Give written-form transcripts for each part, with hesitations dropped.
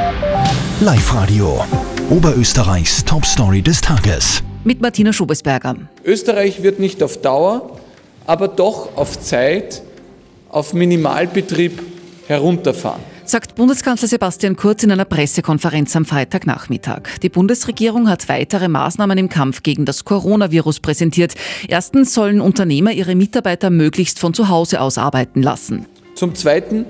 Live-Radio. Oberösterreichs Top-Story des Tages. Mit Martina Schobesberger. Österreich wird nicht auf Dauer, aber doch auf Zeit auf Minimalbetrieb herunterfahren, Sagt Bundeskanzler Sebastian Kurz in einer Pressekonferenz am Freitagnachmittag. Die Bundesregierung hat weitere Maßnahmen im Kampf gegen das Coronavirus präsentiert. Erstens sollen Unternehmer ihre Mitarbeiter möglichst von zu Hause aus arbeiten lassen. Zum Zweiten,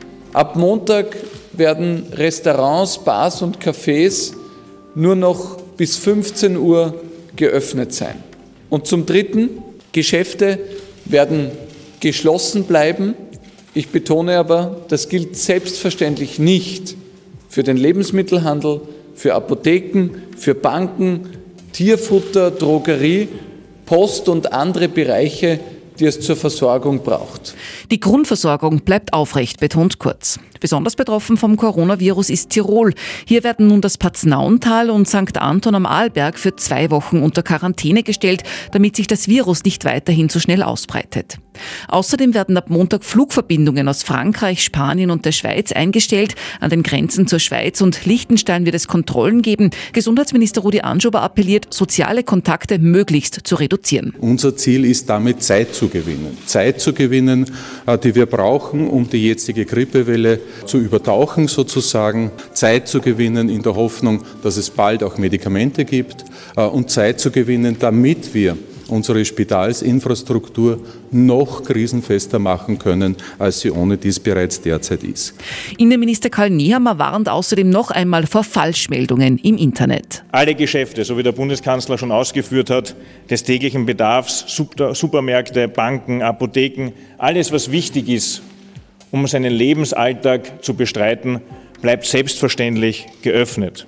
ab Montag werden Restaurants, Bars und Cafés nur noch bis 15 Uhr geöffnet sein. Und zum Dritten, Geschäfte werden geschlossen bleiben. Ich betone aber, das gilt selbstverständlich nicht für den Lebensmittelhandel, für Apotheken, für Banken, Tierfutter, Drogerie, Post und andere Bereiche, die es zur Versorgung braucht. Die Grundversorgung bleibt aufrecht, betont Kurz. Besonders betroffen vom Coronavirus ist Tirol. Hier werden nun das Paznauntal und St. Anton am Arlberg für 2 Wochen unter Quarantäne gestellt, damit sich das Virus nicht weiterhin so schnell ausbreitet. Außerdem werden ab Montag Flugverbindungen aus Frankreich, Spanien und der Schweiz eingestellt. An den Grenzen zur Schweiz und Liechtenstein wird es Kontrollen geben. Gesundheitsminister Rudi Anschober appelliert, soziale Kontakte möglichst zu reduzieren. Unser Ziel ist damit Zeit zu gewinnen. Zeit zu gewinnen, die wir brauchen, um die jetzige Grippewelle zu übertauchen sozusagen. Zeit zu gewinnen in der Hoffnung, dass es bald auch Medikamente gibt und Zeit zu gewinnen, damit wir unsere Spitalsinfrastruktur noch krisenfester machen können, als sie ohne dies bereits derzeit ist. Innenminister Karl Nehammer warnt außerdem noch einmal vor Falschmeldungen im Internet. Alle Geschäfte, so wie der Bundeskanzler schon ausgeführt hat, des täglichen Bedarfs, Supermärkte, Banken, Apotheken, alles, was wichtig ist, um seinen Lebensalltag zu bestreiten, bleibt selbstverständlich geöffnet.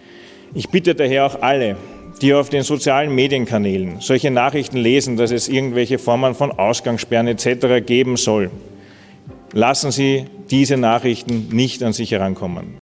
Ich bitte daher auch alle, die auf den sozialen Medienkanälen solche Nachrichten lesen, dass es irgendwelche Formen von Ausgangssperren etc. geben soll. Lassen Sie diese Nachrichten nicht an sich herankommen.